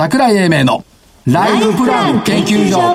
櫻井英明のライフプラン研究所。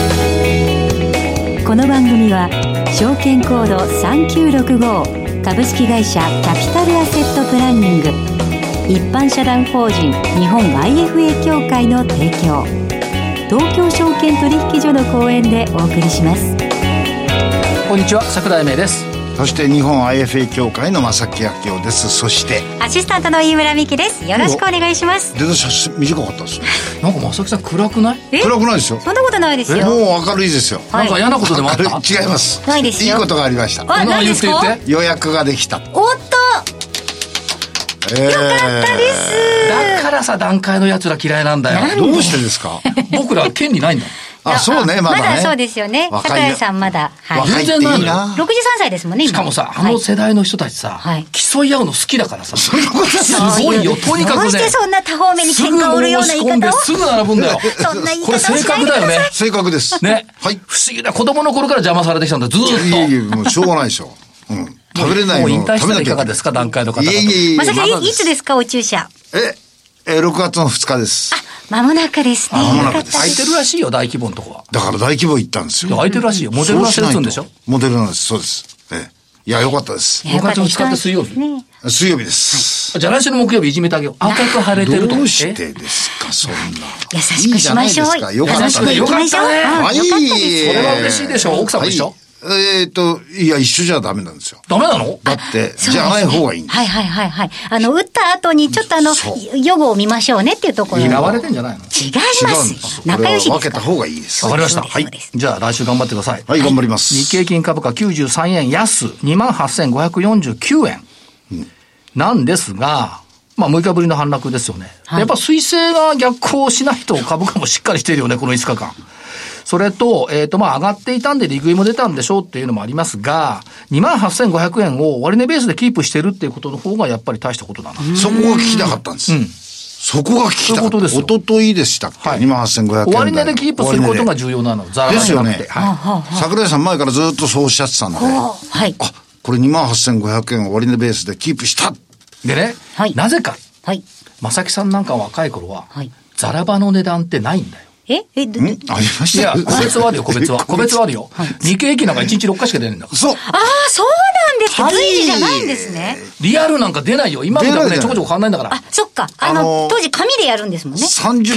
この番組は証券コード3965株式会社キャピタルアセットプランニング、一般社団法人日本 IFA 協会の提供、東京証券取引所の講演でお送りします。 こんにちは、櫻井英明です。 そして日本 IFA 協会の正木明夫です。そしてアシスタントの飯村美希です。よろしくお願いします。 出だし短かったですね。 なんか正木さん暗くない？ 暗くないですよ。 そんなことないですよ。 もう明るいですよ、 なんか嫌なことでもあった？ 違います。 ないですよ。 いいことがありました。 何ですか？ 予約ができた。 おっと、よかったです。 だからさ、段階のやつら嫌いなんだよ。 どうしてですか？ 僕ら権利ないんだ。 あ、そうね、まだね。 まだそうですよね。櫻井さんまだ、 若いっていいな。 63歳ですもんね。 しかもさ、あの世代の人たちさ、競い合うの好きだからさ、すごいよ。とにかくね、 どうしてそんな多方面に喧嘩を売るような言い方を。 すぐ並ぶんだよ。 そんな言い方これ正確だよね。 正確です。 ね。 はい。 不思議な、子供の頃から邪魔されてきたんだ、ずーっと。 いやもうしょうがないでしょ。うん。食べれないの。 もう引退したらいかがですか、段階の方々。 まさかいつですか、お注射。 6月の2日です。 間もなくですね。 間もなくです。 空いてるらしいよ、大規模のとこは。 だから大規模行ったんですよ。 空いてるらしいよ。モデルナ製打つんでしょ？ モデルナです。そうです。いや、よかったです。 6月の2日って水曜日。 水曜日です。 じゃあ来週の木曜日いじめてあげよう。赤く腫れてると。 どうしてですか、そんな。 優しくしましょう。 よかったね。 よかったね。 はい。 それは嬉しいでしょ。奥さんも一緒？ いや、一緒じゃダメなんですよ。 ダメなの？ だって、じゃない方がいいんです。 はい。打った後にちょっと予後を見ましょうねっていうところ。 嫌われてんじゃないの？ 違います。仲良しです。 分けた方がいいです。 わかりました。はい。じゃあ来週頑張ってください。 はい、頑張ります。 日経金株価93円安、28,549円。なんですが、まあ6日ぶりの反落ですよね。やっぱ彗星が逆行しないと株価もしっかりしているよね、この5日間。それと、まあ、上がっていたんで利食いも出たんでしょうっていうのもありますが、28,500 円を終値ベースでキープしてるっていうことの方がやっぱり大したことだな。 そこが聞きたかったんです。そこが聞きたかった。おとといでしたっけ？ 28,500 円。 終値でキープすることが重要なの。ザラバじゃなくて。 櫻井さん前からずっとそうおっしゃってたんで。 はい。 これ 28,500 円を終値ベースでキープした。 でね、なぜか。正木さんなんか若い頃は、ザラバの値段ってないんだよ。 ありましたいや、個別はあるよ、個別は。個別はあるよ。日経平均なんか1日6回しか出ないんだから。 そう。 ああ、そうなんですか。随時じゃないんですね。 リアルなんか出ないよ。今みたいなね、ちょこちょこ変わんないんだから。 あ、そっか。当時紙でやるんですもんね。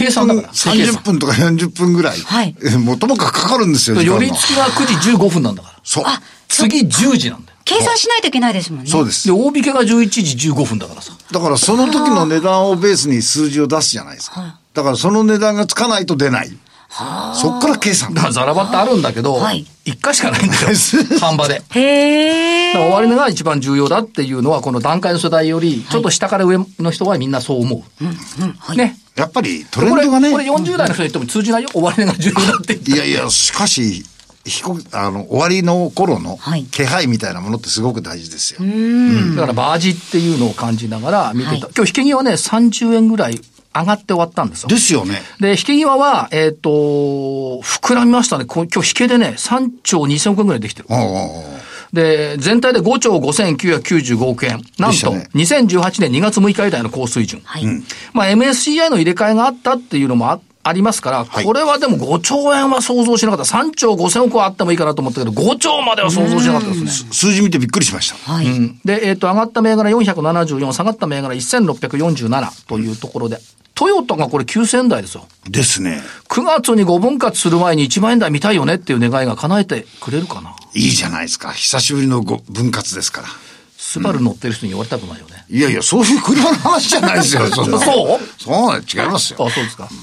30分とか40分ぐらい。もうともかくかかるんですよ。 寄り付きが9時15分なんだから。 そう。 次10時なんだよ。 計算しないといけないですもんね。 そうです。 で、大引けが11時15分だからさ。 だからその時の値段をベースに数字を出すじゃないですか。だからその値段がつかないと出ない。そっから計算。 だからザラバってあるんだけど、1回しかないんだよ。半場で。 へー。 だから終値が一番重要だっていうのは、この段階の世代より、ちょっと下から上の人はみんなそう思う。ね。 やっぱりトレンドがね。 これ40代の人に言っても通じないよ。終値が重要だって言って。 いや、しかし、終わりの頃の気配みたいなものってすごく大事ですよ。 だからバージっていうのを感じながら見てた。今日引け際ね、30円ぐらい上がって終わったんですよ。 ですよね。 で、引け際は、膨らみましたね。今日引けでね、3兆2000億円ぐらいできてる。で、全体で5兆5995億円。なんと、2018年2月6日以来の高水準。まあ、MSCI の入れ替えがあったっていうのもありますから、これはでも5兆円は想像しなかった。3兆5000億はあってもいいかなと思ったけど、5兆までは想像しなかったですね。 数字見てびっくりしました。 で、上がった銘柄474、下がった銘柄1647というところで、トヨタがこれ9000台ですよ。 ですね。 9月に5分割する前に1万円台見たいよねっていう願いが叶えてくれるかな。 いいじゃないですか。久しぶりの分割ですから。 スバル乗ってる人に言われたくないよね。 いや、そういう車の話じゃないですよ。そうそう違いますよ。 あ、そうですか。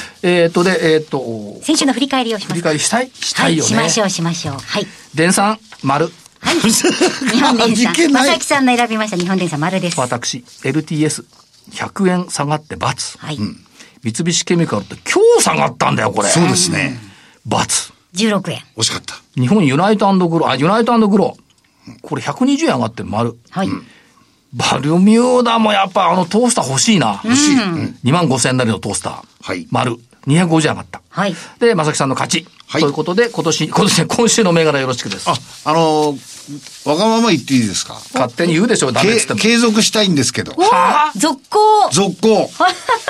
先週の振り返りをします。 振り返りしたいよね。 しましょう。はい。 電産、丸。 はい。日本電産。正木さんの選びました日本電産、丸です。 私、LTS100 円下がって×。 はい。 三菱ケミカルって今日下がったんだよ、これ。 そうですね。 ×。 16円。 惜しかった。 日本ユナイト&グロー。これ120円上がってる、丸。 はい。 バルミューダもやっぱトースター欲しいな。 欲しい。 25,000円なりのトースター。 はい。 丸。250円上がった。 はい。 で、正木さんの勝ち。はい。ということで、今週の銘柄よろしくです。 わがまま言っていいですか？ 勝手に言うでしょ、ダメって言っても。 継続したいんですけど。 続行。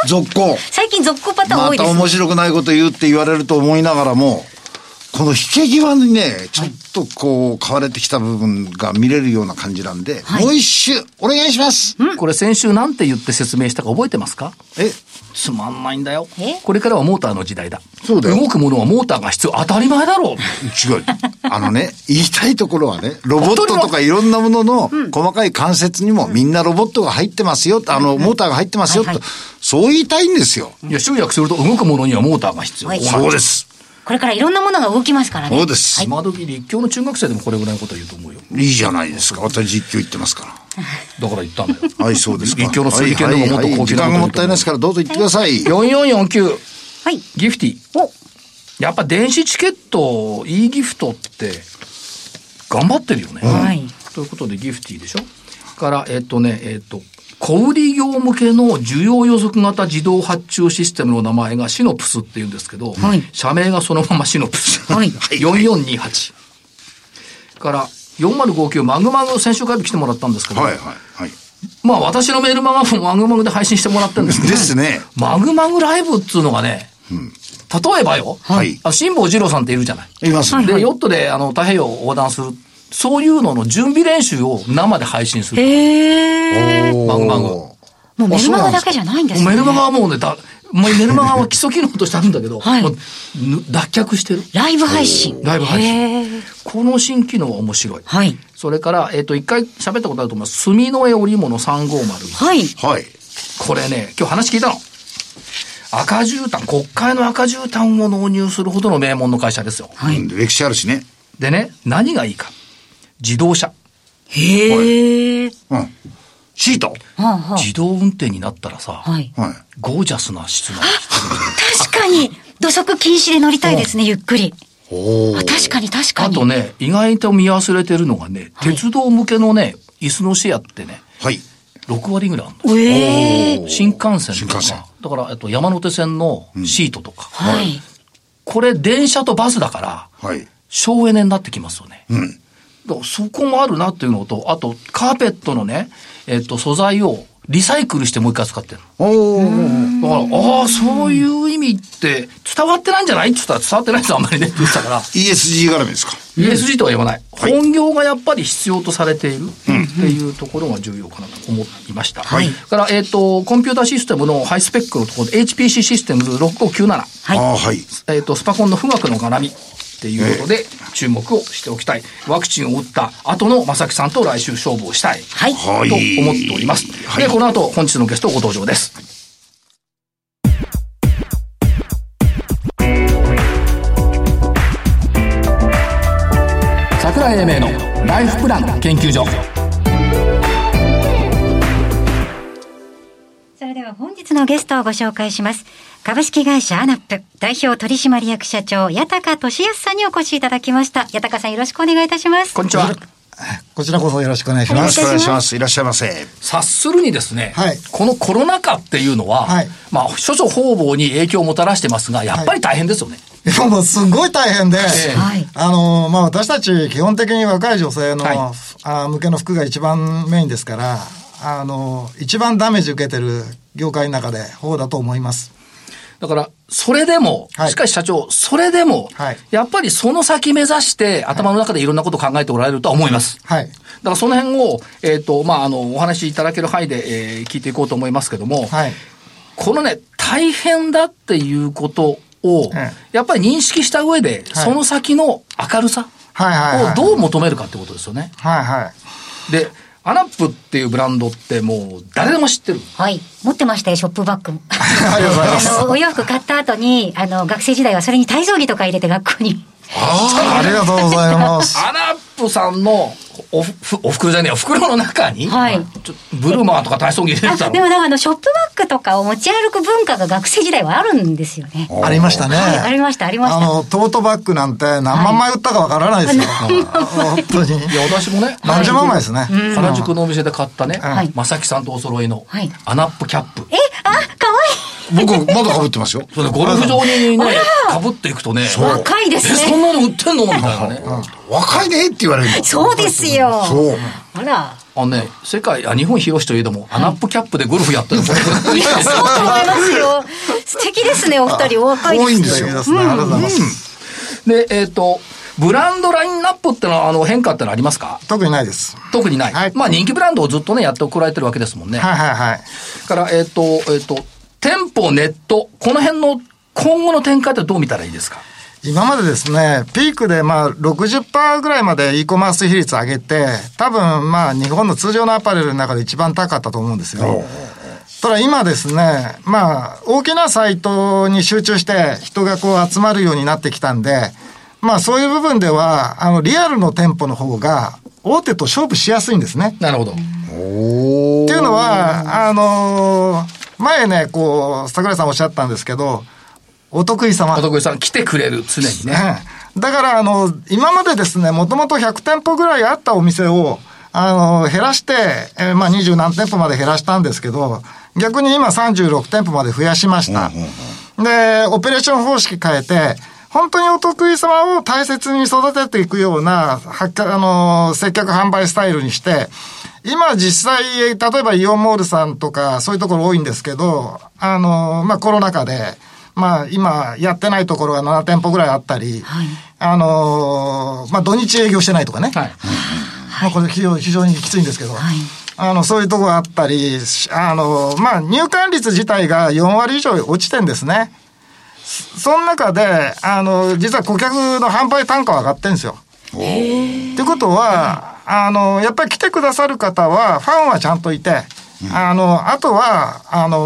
続行。 最近続行パターン多いですね。 また面白くないこと言うって言われると思いながらも、この引け際にね、ちょっとこう、買われてきた部分が見れるような感じなんで、もう一周、お願いします。 これ先週なんて言って説明したか覚えてますか？つまんないんだよ。これからはモーターの時代だ。 そうだよ。 動くものはモーターが必要。当たり前だろう。 違う。言いたいところはね、ロボットとかいろんなものの細かい関節にもみんなロボットが入ってますよ、モーターが入ってますよ、と、そう言いたいんですよ。 いや、集約すると動くものにはモーターが必要。 そうです。 これからいろんなものが動きますからね。 そうです。 今時立教の中学生でもこれぐらいのこと言うと思うよ。 いいじゃないですか。私実況言ってますから。 だから言ったんだよ。 はい、そうですか。 立教の数理研でももっと高級なこと言うと思う。 時間がもったいないですから、どうぞ言ってください。 4449。 はい。 ギフティ。やっぱ電子チケット、e ギフトって、頑張ってるよね。 はい。 ということでギフティでしょ。から、小売業向けの需要予測型自動発注システムの名前がシノプスって言うんですけど、はい、社名がそのままシノプス。はい。4428。から4059マグマグ先週火曜日来てもらったんですけど、はいはいはい。まあ私のメールマガもマグマグで配信してもらってるんですけど、 ですね。 マグマグライブっていうのがね、例えばよ、はい。辛坊治郎さんっているじゃない。 いますね。 で、ヨットで太平洋を横断する。そういうのの準備練習を生で配信する。 へー。 マグマグ。 もうメルマガだけじゃないんですね。 メルマガはもうね、メルマガは基礎機能としてあるんだけど、はい、もう脱却してる。 ライブ配信。 ライブ配信。この新機能は面白い。はい。それから、一回喋ったことあると思います。住之江織物350。 はい。 はい。 これね、今日話聞いたの。赤絨毯、国会の赤絨毯を納入するほどの名門の会社ですよ。 はい。歴史あるしね。 でね、何がいいか。自動車。 へー。 うん。シート、 自動運転になったらさ、はい、ゴージャスな室内。 確かに、土足禁止で乗りたいですね、ゆっくり。確かに確かに。 あとね、意外と見忘れてるのがね、鉄道向けのね、椅子のシェアってね、はい、6割ぐらいあるの。新幹線とか、だから山手線のシートとか。はい。これ電車とバスだから、はい、省エネになってきますよね。うん。そこもあるなっていうのと、あと、カーペットのね、素材をリサイクルしてもう一回使ってるの。だから、そういう意味って伝わってないんじゃないって言ったら伝わってないですよ、あんまりねって言ってたから。 ESG 絡みですか？ ESG とは言わない。本業がやっぱり必要とされているっていうところが重要かなと思いました。はい。から、コンピューターシステムのハイスペックのところで HPC システムズ6597。はい。はい。スパコンの富岳の絡み。っていうことで注目をしておきたい。ワクチンを打った後の正木さんと来週勝負をしたい。はい。と思っております。はい、で、この後本日のゲストご登場です。桜井英明のライフプラン研究所。 それでは本日のゲストをご紹介します。株式会社アナップ代表取締役社長八高俊康さんにお越しいただきました。八高さんよろしくお願いいたします。 こんにちは。 こちらこそよろしくお願いします。 よろしくお願いします。いらっしゃいませ。 察するにですね、はい、このコロナ禍っていうのは、はい、まあ諸々方々に影響をもたらしてますが、やっぱり大変ですよね。 はい、もうすごい大変で、まあ私たち基本的に若い女性の、向けの服が一番メインですから、一番ダメージ受けてる業界の中で方だと思います。 だから、それでも、しかし社長、それでも、やっぱりその先目指して、頭の中でいろんなことを考えておられるとは思います。はい。だからその辺を、お話しいただける範囲で、聞いていこうと思いますけども、はい。このね、大変だっていうことを、やっぱり認識した上で、その先の明るさをどう求めるかってことですよね。はいはい。で、アナップっていうブランドってもう誰でも知ってる。 はい。持ってましたよ、ショップバッグ。お洋服買った後に、学生時代はそれに体操着とか入れて学校に。 ありがとうございます。 アナップさんのお袋じゃねえよ、袋の中に、はい、ブルマーとか体操着入れてたの。 でもなんかショップバッグとかを持ち歩く文化が学生時代はあるんですよね。 ありましたね。 はい、ありました、ありました。 トートバッグなんて何万枚売ったかわからないですよ。本当に。 いや、私もね、 何十万枚ですね。 原宿のお店で買ったね、正木さんとお揃いのアナップキャップ。 かわいい。 僕、まだ被ってますよ。 それでゴルフ場にね、被っていくとね。 若いですね。 そんなの売ってんのみたいなね。 若いねって言われるの。 そうですよ。そう。あら。 日本広しといえども、アナップキャップでゴルフやってるのも、 そうと思いますよ。素敵ですね、お二人。お若いですよ。 多いんですね。ありがとうございます。 で、ブランドラインナップってのは、変化ってのありますか？ 特にないです。 特にない。はい、まあ、人気ブランドをずっとね、やってこられてるわけですもんね。 はいはいはい。 から、店舗、ネット、この辺の今後の展開ってどう見たらいいですか？ 今までですね、ピークで60% ぐらいまで e コマース比率上げて、多分日本の通常のアパレルの中で一番高かったと思うんですよ。ただ今ですね、大きなサイトに集中して人が集まるようになってきたんで、そういう部分では、リアルの店舗の方が大手と勝負しやすいんですね。 なるほど。っていうのは、前ね、桜井さんおっしゃったんですけど、お得意様。 お得意様来てくれる、常にね。 だから、今までですね、もともと100店舗ぐらいあったお店を、減らして、20何店舗まで減らしたんですけど、逆に今36店舗まで増やしました。で、オペレーション方式変えて、本当にお得意様を大切に育てていくような、接客販売スタイルにして、今実際、例えばイオンモールさんとか、そういうところ多いんですけど、コロナ禍で、今やってないところが7店舗ぐらいあったり、土日営業してないとかね。これ非常にきついんですけど、そういうところがあったり、入館率自体が4割以上落ちてんですね。その中で、実は顧客の販売単価は上がってるんですよ。ってことは、やっぱり来てくださる方は、ファンはちゃんといて、あとは、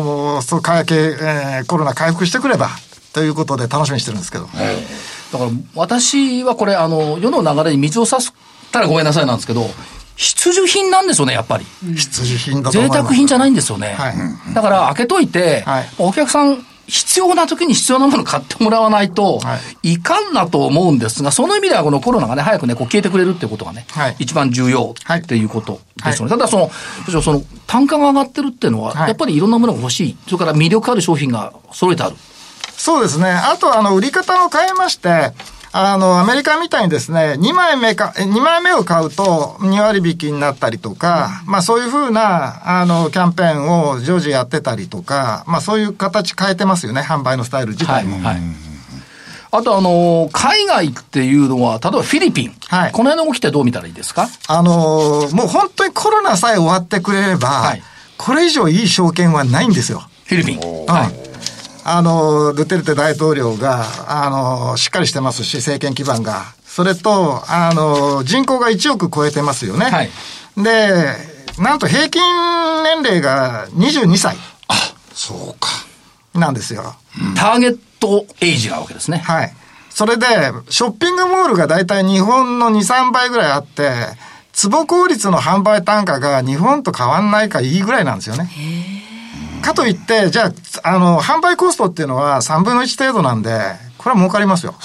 コロナ回復してくれば、ということで楽しみにしてるんですけど。 だから、私はこれ、世の流れに水を差したらごめんなさいなんですけど、必需品なんですよね、やっぱり。 必需品だと思います。 贅沢品じゃないんですよね。だから、開けといて、お客さん、必要な時に必要なもの買ってもらわないといかんなと思うんですが、その意味ではこのコロナがね、早くね、消えてくれるっていうことがね、一番重要っていうことですよね。ただその単価が上がってるっていうのは、やっぱりいろんなものが欲しい。それから魅力ある商品が揃えてある。 そうですね。あと売り方を変えまして、アメリカみたいにですね、2枚目を買うと2割引きになったりとか、そういうふうな、キャンペーンを常時やってたりとか、そういう形変えてますよね、販売のスタイル自体も。 あと海外っていうのは、例えばフィリピン。この辺の動きってどう見たらいいですか？もう本当にコロナさえ終わってくれれば、これ以上いい証券はないんですよ。 フィリピン。 ドゥテルテ大統領が、しっかりしてますし、政権基盤が。それと、人口が1億超えてますよね。で、なんと平均年齢が22歳。 そうか。 なんですよ。 ターゲットエイジなわけですね。 それで、ショッピングモールがだいたい日本の2、3倍ぐらいあって、坪効率の販売単価が日本と変わんないかいいぐらいなんですよね。かといって、じゃあ、販売コストっていうのは3分の1程度なんで、これは儲かりますよ。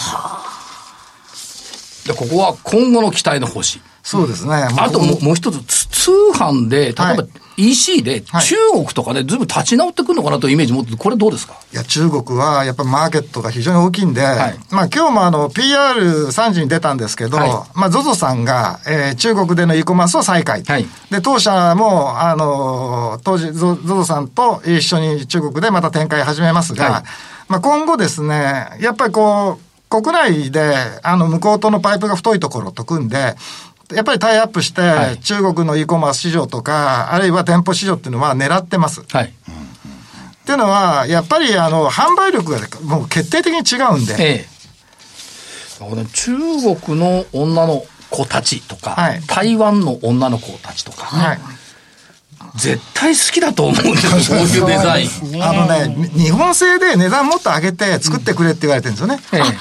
で、ここは今後の期待の星。 そうですね。 あともう一つ、通販で、例えば EC で中国とかでずいぶん立ち直ってくるのかなというイメージ持って、これどうですか？ いや、中国はやっぱりマーケットが非常に大きいんで、今日もPR3 時に出たんですけど、ZOZO さんが、中国での e コマースを再開。で、当社も、当時、ZOZO さんと一緒に中国でまた展開始めますが、今後ですね、やっぱり国内で、向こうとのパイプが太いところと組んで、やっぱりタイアップして、中国の e コマース市場とか、あるいは店舗市場っていうのは狙ってます。っていうのは、やっぱり販売力がもう決定的に違うんで。 中国の女の子たちとか、台湾の女の子たちとか、絶対好きだと思うんですよ、そういうデザイン。 日本製で値段もっと上げて作ってくれって言われてるんですよね。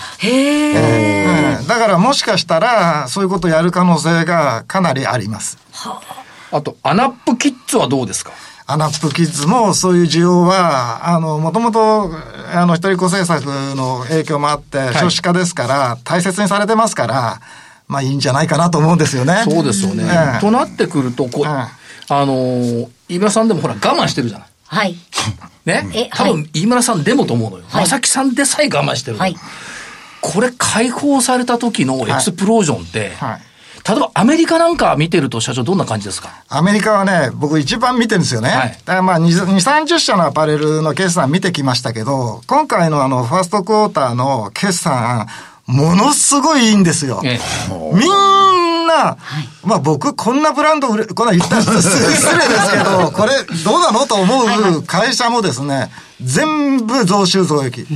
だからもしかしたら、そういうことをやる可能性がかなりあります。 あと、アナップキッズはどうですか？ アナップキッズもそういう需要は、もともと、一人っ子政策の影響もあって、少子化ですから、大切にされてますから、いいんじゃないかなと思うんですよね。 そうですよね。となってくると、飯村さんでもほら我慢してるじゃない。ね。多分飯村さんでもと思うのよ。正木さんでさえ我慢してる。これ解放された時のエクスプロージョンって、 例えばアメリカなんか見てると社長どんな感じですか？ アメリカはね、僕一番見てるんですよね。はい、だからまあ2、30社のアパレルの決算見てきましたけど、今回のファーストクォーターの決算、ものすごいいいんですよ。みんな、まあ僕こんなブランドこんな言ったら失礼ですけど、これどうなのと思う会社もですね、全部増収増益。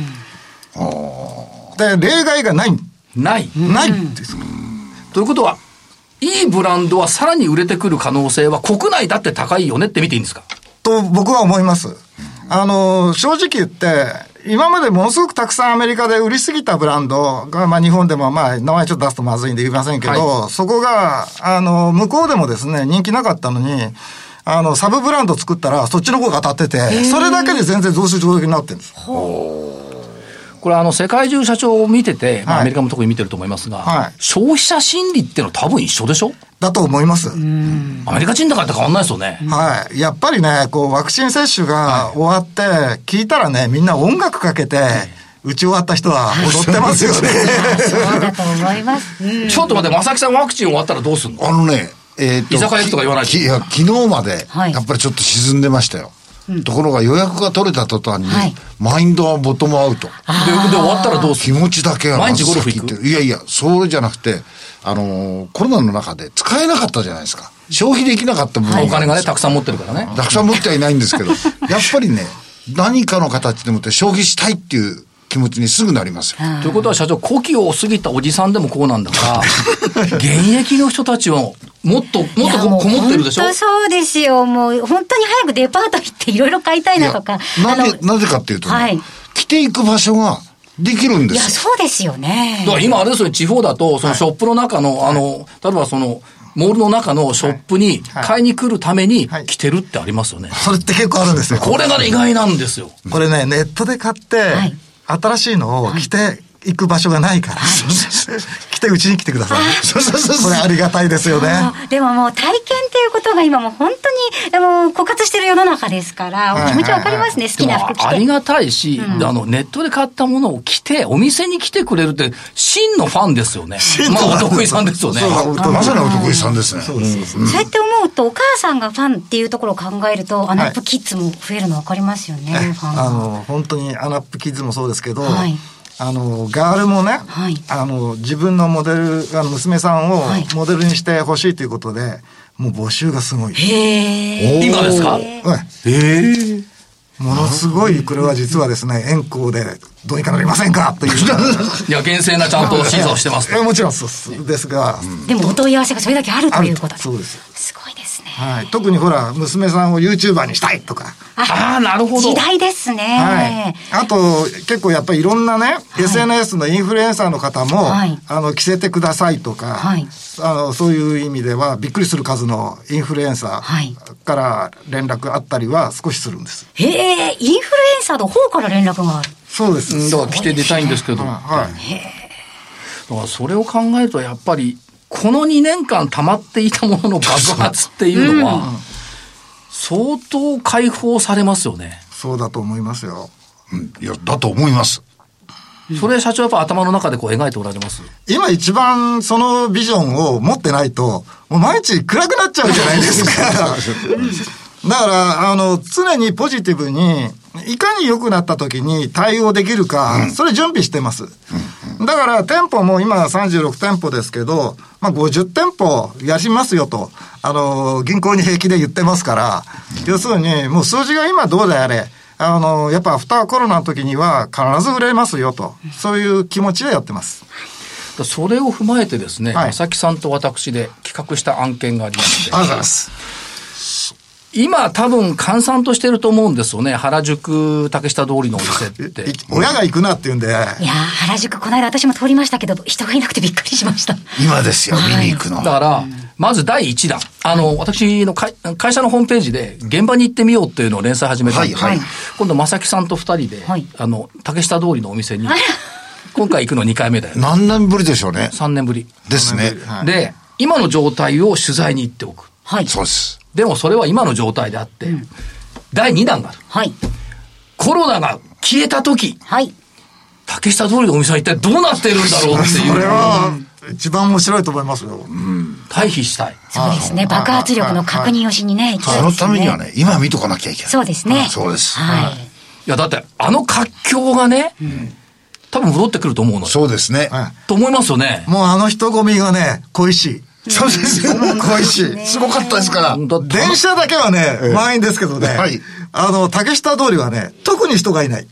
で、例外がないんです。 ということは、いいブランドはさらに売れてくる可能性は国内だって高いよねって見ていいんですか？ と僕は思います。正直言って、今までものすごくたくさんアメリカで売りすぎたブランドが、まあ日本でもまあ名前ちょっと出すとまずいんで言いませんけど、そこが、向こうでもですね、人気なかったのに、サブブランド作ったらそっちの方が当たってて、それだけで全然増収増益になってるんです。 これ世界中社長を見てて、アメリカも特に見てると思いますが、消費者心理っていうのは多分一緒でしょ？ だと思います。 アメリカ人だからって変わんないですよね。 はい。やっぱりね、ワクチン接種が終わって、聞いたらね、みんな音楽かけて、打ち終わった人は踊ってますよね。 そうだと思います。 ちょっと待って、正木さんワクチン終わったらどうすんの？ 居酒屋行くとか言わないと。 いや、昨日まで、やっぱりちょっと沈んでましたよ。ところが予約が取れた途端に、マインドはボトムアウト。 で終わったらどうする？ 気持ちだけが毎日ゴルフ行く？ いやいや、それじゃなくて、コロナの中で使えなかったじゃないですか。消費できなかった分、 お金がね、たくさん持ってるからね。 たくさん持ってはいないんですけど、やっぱりね、何かの形でもって消費したいっていう気持ちにすぐなりますよ。 ということは社長、古希を過ぎたおじさんでもこうなんだから、現役の人たちはもっとこもってるでしょ？ 本当そうですよ。もう本当に早くデパート行っていろいろ買いたいなとか。 なぜかっていうとね、着ていく場所ができるんですよ。 いや、そうですよね。 だから今あれですよね、地方だと、そのショップの中の、例えばその、モールの中のショップに買いに来るために着てるってありますよね。 それって結構あるんですよ。 これがね、意外なんですよ。 これね、ネットで買って、新しいのを着ていく場所がないから、来てうちに来てください。これありがたいですよね。 でももう体験っていうことが今もう本当に枯渇してる世の中ですから、お気持ちわかりますね。好きな服着て。 ありがたいし、ネットで買ったものを着て、お店に来てくれるって、真のファンですよね。まあ、お得意さんですよね。 まさにお得意さんですね。 そうやって思うと、お母さんがファンっていうところを考えると、アナップキッズも増えるの分かりますよね、ファンが。 本当にアナップキッズもそうですけど、ガールもね、自分のモデル、娘さんをモデルにしてほしいということで、もう募集がすごい。 今ですか？ ものすごい、これは実はですね、円光でどうにかなりませんかという。 いや、厳正なちゃんと審査をしてます。 もちろんそうですが。 でもお問い合わせがそれだけあるということです。 そうです。 すごいですね。 特にほら、娘さんを YouTuber にしたいとか。 なるほど。 時代ですね。 あと、結構やっぱりいろんなね、SNS のインフルエンサーの方も、着せてくださいとか、そういう意味では、びっくりする数のインフルエンサーから連絡あったりは少しするんです。 インフルエンサーの方から連絡がある？ そうです。 だから来て出たいんですけど。だからそれを考えると、やっぱり、この2年間溜まっていたものの爆発っていうのは、相当解放されますよね。 そうだと思いますよ。 いや、だと思います。 それ社長やっぱ頭の中でこう描いておられます？ 今一番そのビジョンを持ってないと、もう毎日暗くなっちゃうじゃないですか。だから、常にポジティブに、いかに良くなった時に対応できるか、それ準備してます。だから、店舗も今36店舗ですけど、まあ、50店舗やりますよと、銀行に平気で言ってますから、要するに、もう数字が今どうであれ、やっぱアフターコロナの時には必ず売れますよと、そういう気持ちでやってます。 それを踏まえてですね、正木さんと私で企画した案件がありまして。 ありがとうございます。 今多分閑散としてると思うんですよね。原宿竹下通りのお店って。 親が行くなって言うんで。いや原宿この間私も通りましたけど、人がいなくてびっくりしました。 今ですよ、見に行くの。 だから、まず第1弾。私の会社のホームページで現場に行ってみようっていうのを連載始めたんです。今度正木さんと2人で、竹下通りのお店に、今回行くの2回目だよ。 何年ぶりでしょうね。 3年ぶり。 ですね。 で、今の状態を取材に行っておく。 そうです。 でもそれは今の状態であって、第2弾がある。コロナが消えた時、竹下通りのお店は一体どうなっているんだろうっていう。 それは、 一番面白いと思いますよ。 回避したい。 そうですね。爆発力の確認をしにね、 そのためにはね、今見とかなきゃいけない。 そうですね。 そうです。 はい。 いや、だって、活況がね、多分戻ってくると思うの。 そうですね。 と思いますよね。 もう人混みがね、恋しい。 そうですよ。恋しい。すごかったですから。 電車だけはね、満員ですけどね。はい。竹下通りはね、特に人がいない。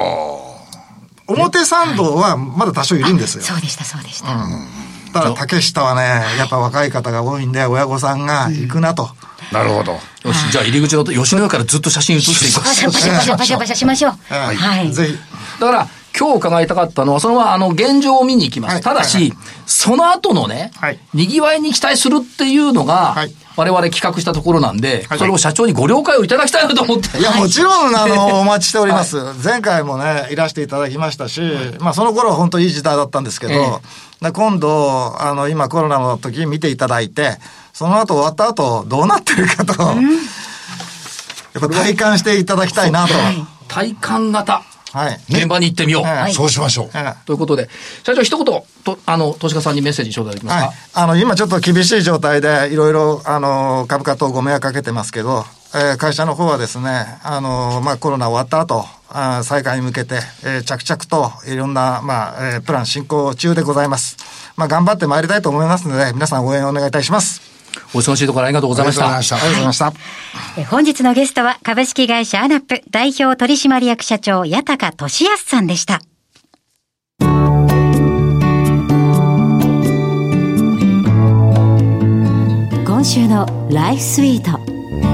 表参道はまだ多少いるんですよ。 そうでした、そうでした。 ただ竹下はね、やっぱ若い方が多いんで、親御さんが行くなと。 なるほど。 よし、じゃあ入り口の吉野家からずっと写真写していく。 パシャパシャしましょう。 はい。ぜひ。 だから、今日伺いたかったのは、その現状を見に行きます。ただし、その後のね、賑わいに期待するっていうのが、我々企画したところなんで、それを社長にご了解をいただきたいなと思って。 いや、もちろん、お待ちしております。前回もね、いらしていただきましたし、まあ、その頃は本当いい時代だったんですけど、今度、今コロナの時見ていただいて、その後終わった後、どうなってるかと、やっぱ体感していただきたいなと。 体感型。 はい。 現場に行ってみよう。 そうしましょう。 ということで、社長一言、投資家さんにメッセージ頂戴できますか？ 今ちょっと厳しい状態で、いろいろ、株価等ご迷惑かけてますけど、会社の方はですね、コロナ終わった後、再開に向けて、着々といろんな、プラン進行中でございます。頑張ってまいりたいと思いますので、皆さん応援お願いいたします。 お忙しいところありがとうございました。 ありがとうございました。 本日のゲストは株式会社アナップ代表取締役社長八高俊康さんでした。 今週のライフスイート。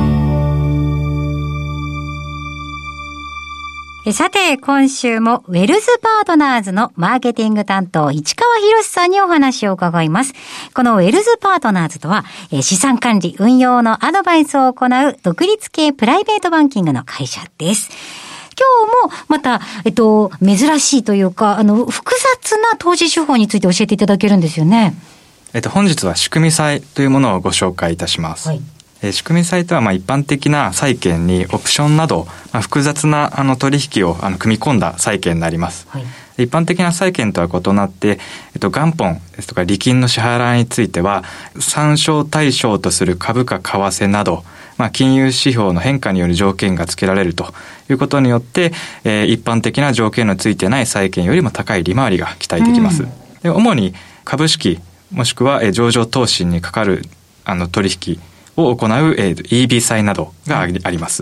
さて、今週もウェルズパートナーズのマーケティング担当市川博さんにお話を伺います。このウェルズパートナーズとは、資産管理、運用のアドバイスを行う独立系プライベートバンキングの会社です。今日もまた、珍しいというか、複雑な投資手法について教えていただけるんですよね。 本日は仕組み債というものをご紹介いたします。はい。仕組み債とは一般的な債券にオプションなど、複雑な取引を組み込んだ債券になります。はい、一般的な債券とは異なって、元本ですとか利金の支払いについては参照対象とする株価為替など、金融指標の変化による条件が付けられるということによって、一般的な条件のついてない債券よりも高い利回りが期待できます。で、主に株式もしくは上場投資にかかる取引を行う、EB 債などがあります。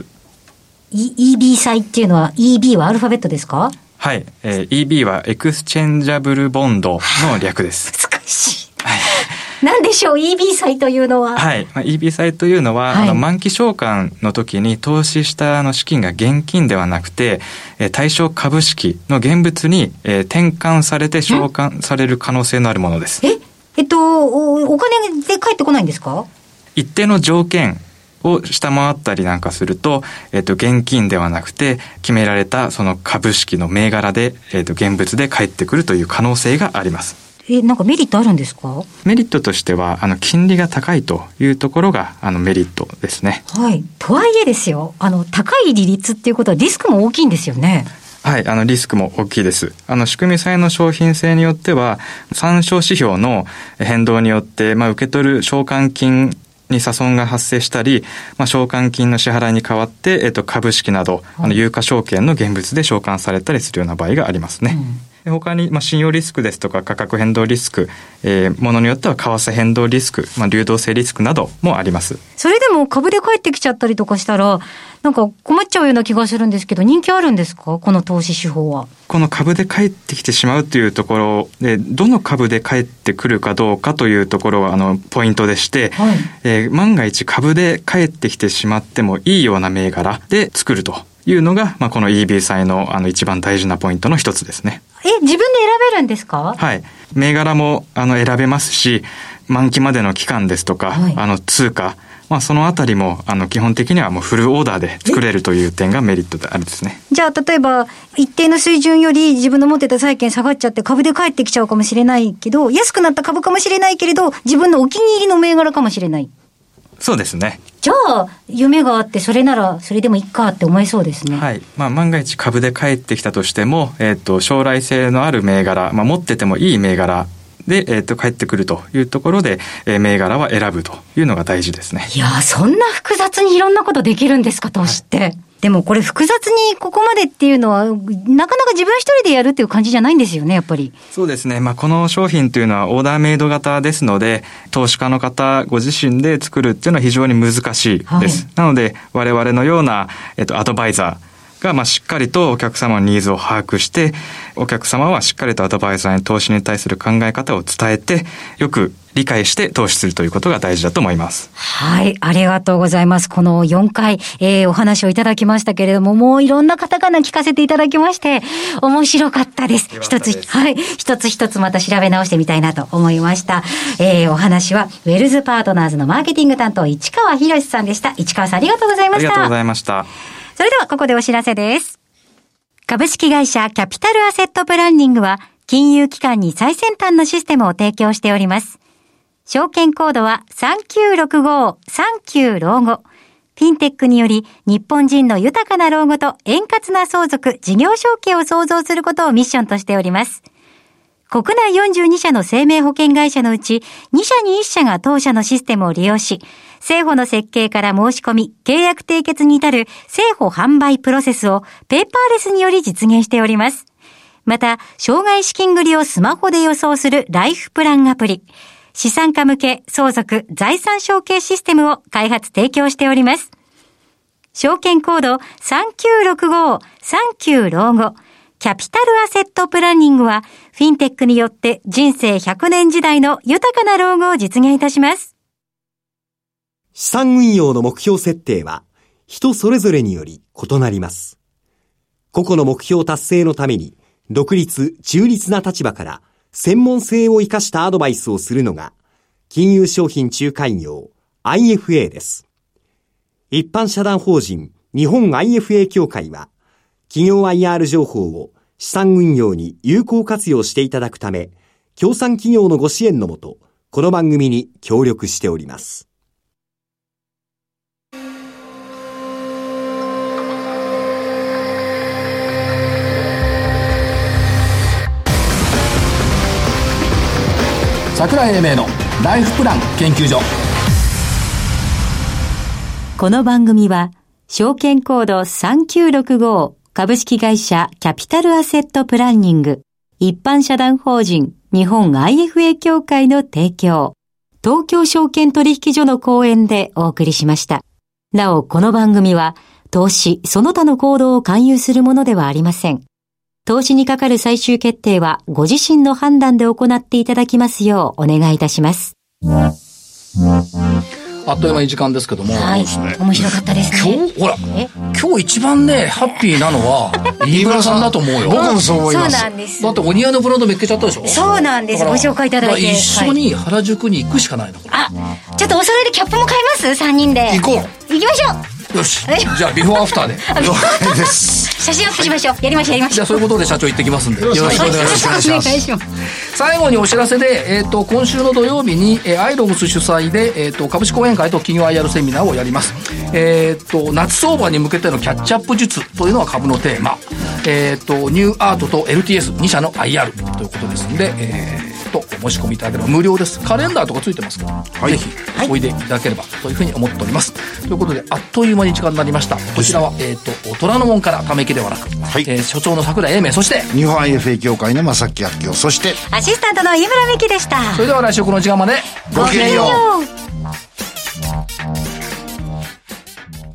EB 債っていうのは EB はアルファベットですか？ はい、EB はエクスチェンジャブルボンドの略です。 難しい。はい。何でしょう EB 債というのは？ はい、EB 債というのは、満期償還の時に投資した資金が現金ではなくて、対象株式の現物に、転換されて償還される可能性のあるものです。 お金で返ってこないんですか？ 一定の条件を下回ったりなんかすると、現金ではなくて決められたその株式の銘柄で、現物で返ってくるという可能性があります。 なんかメリットあるんですか？ メリットとしては金利が高いというところがメリットですね。 はい。とはいえですよ、高い利率っていうことはリスクも大きいんですよね。 はい、リスクも大きいです。仕組み債の商品性によっては参照指標の変動によって、受け取る償還金に差損が発生したり、償還金の支払いに代わって、株式など、有価証券の現物で償還されたりするような場合がありますね。他に、信用リスクですとか価格変動リスク、ものによっては為替変動リスク、流動性リスクなどもあります。 それでも株で返ってきちゃったりとかしたら、なんか困っちゃうような気がするんですけど、人気あるんですか？この投資手法は。 この株で返ってきてしまうというところで、どの株で返ってくるかどうかというところはポイントでして、万が一株で返ってきてしまってもいいような銘柄で作るというのが、この EB 債の一番大事なポイントの一つですね。 自分で選べるんですか？ はい。銘柄も選べますし、満期までの期間ですとか、通貨、そのあたりも基本的にはもうフルオーダーで作れるという点がメリットであるですね。 じゃあ例えば一定の水準より自分の持ってた債券下がっちゃって株で返ってきちゃうかもしれないけど、安くなった株かもしれないけれど自分のお気に入りの銘柄かもしれない。 そうですね。 じゃあ夢があってそれならそれでもいいかって思えそうですね。 はい。万が一株で返ってきたとしても、将来性のある銘柄、持っててもいい銘柄で、返ってくるというところで、銘柄は選ぶというのが大事ですね。 いやー、そんな複雑にいろんなことできるんですか、投資って。はい、でもこれ複雑にここまでっていうのは、なかなか自分一人でやるっていう感じじゃないんですよね、やっぱり。 そうですね。この商品というのはオーダーメイド型ですので、投資家の方ご自身で作るっていうのは非常に難しいです。はい、なので、我々のような、アドバイザー、がしっかりとお客様のニーズを把握して、お客様はしっかりとアドバイザーに投資に対する考え方を伝えて、よく理解して投資するということが大事だと思います。 はい、ありがとうございます。この4回、お話をいただきましたけれども、もういろんなカタカナ聞かせていただきまして、面白かったです。一つ一つまた調べ直してみたいなと思いました。お話は、ウェルズパートナーズのマーケティング担当、市川博さんでした。市川さん、ありがとうございました。 ありがとうございました。 それではここでお知らせです。株式会社キャピタルアセットプランニングは金融機関に最先端のシステムを提供しております。証券コードは396539老後。フィンテックにより日本人の豊かな老後と円滑な相続、事業承継を創造することをミッションとしております。国内42社の生命保険会社のうち2社に1社が当社のシステムを利用し、生保の設計から申し込み、契約締結に至る生保販売プロセスをペーパーレスにより実現しております。また、障害資金繰りをスマホで予想するライフプランアプリ、資産家向け相続財産承継システムを開発提供しております。証券コード396539老後。キャピタルアセットプランニングは、フィンテックによって人生100年時代の豊かな老後を実現いたします。 資産運用の目標設定は、人それぞれにより異なります。個々の目標達成のために、独立、中立な立場から、専門性を生かしたアドバイスをするのが、金融商品仲介業 IFA です。一般社団法人日本 IFA 協会は、企業 IR 情報を資産運用に有効活用していただくため、協賛企業のご支援のもと、この番組に協力しております。 櫻井英明のライフプラン研究所。 この番組は証券コード3965株式会社キャピタルアセットプランニング一般社団法人日本 IFA 協会の提供、東京証券取引所の講演でお送りしました。なおこの番組は投資その他の行動を勧誘するものではありません。投資にかかる最終決定はご自身の判断で行っていただきますようお願いいたします。 あっという間に時間ですけども、 はい、面白かったですね。 今日一番ねハッピーなのは飯村さんだと思うよ。 僕もそう思います。 そうなんです。 だってお似合いのブランド見っけちゃったでしょ。 そうなんです。ご紹介いただいて、 一緒に原宿に行くしかないの。 あ、ちょっとお揃いでキャップも買います？ 3 人で行こう。 行きましょう。 よし、じゃあビフォーアフターで了解です。 写真アップしましょう。やりましょう。 じゃあそういうことで社長行ってきますんでよろしくお願いします。 お願いします。 最後にお知らせで、今週の土曜日に、アイログス主催で、株式講演会と企業 IR セミナーをやります。夏相場に向けてのキャッチアップ術というのが株のテーマ。ニューアートと LTS2 社の IR ということですので、お申し込みいただければ無料です。カレンダーとかついてますから、はい、ぜひおいでいただければというふうに思っております。ということであっという間に時間になりました。こちらは、虎ノ門からため息ではなく、はい、所長の櫻井英明、そして日本 IFA 協会の正木明夫、そしてアシスタントの井村美希でした。 それでは来週この時間までごきげんよう。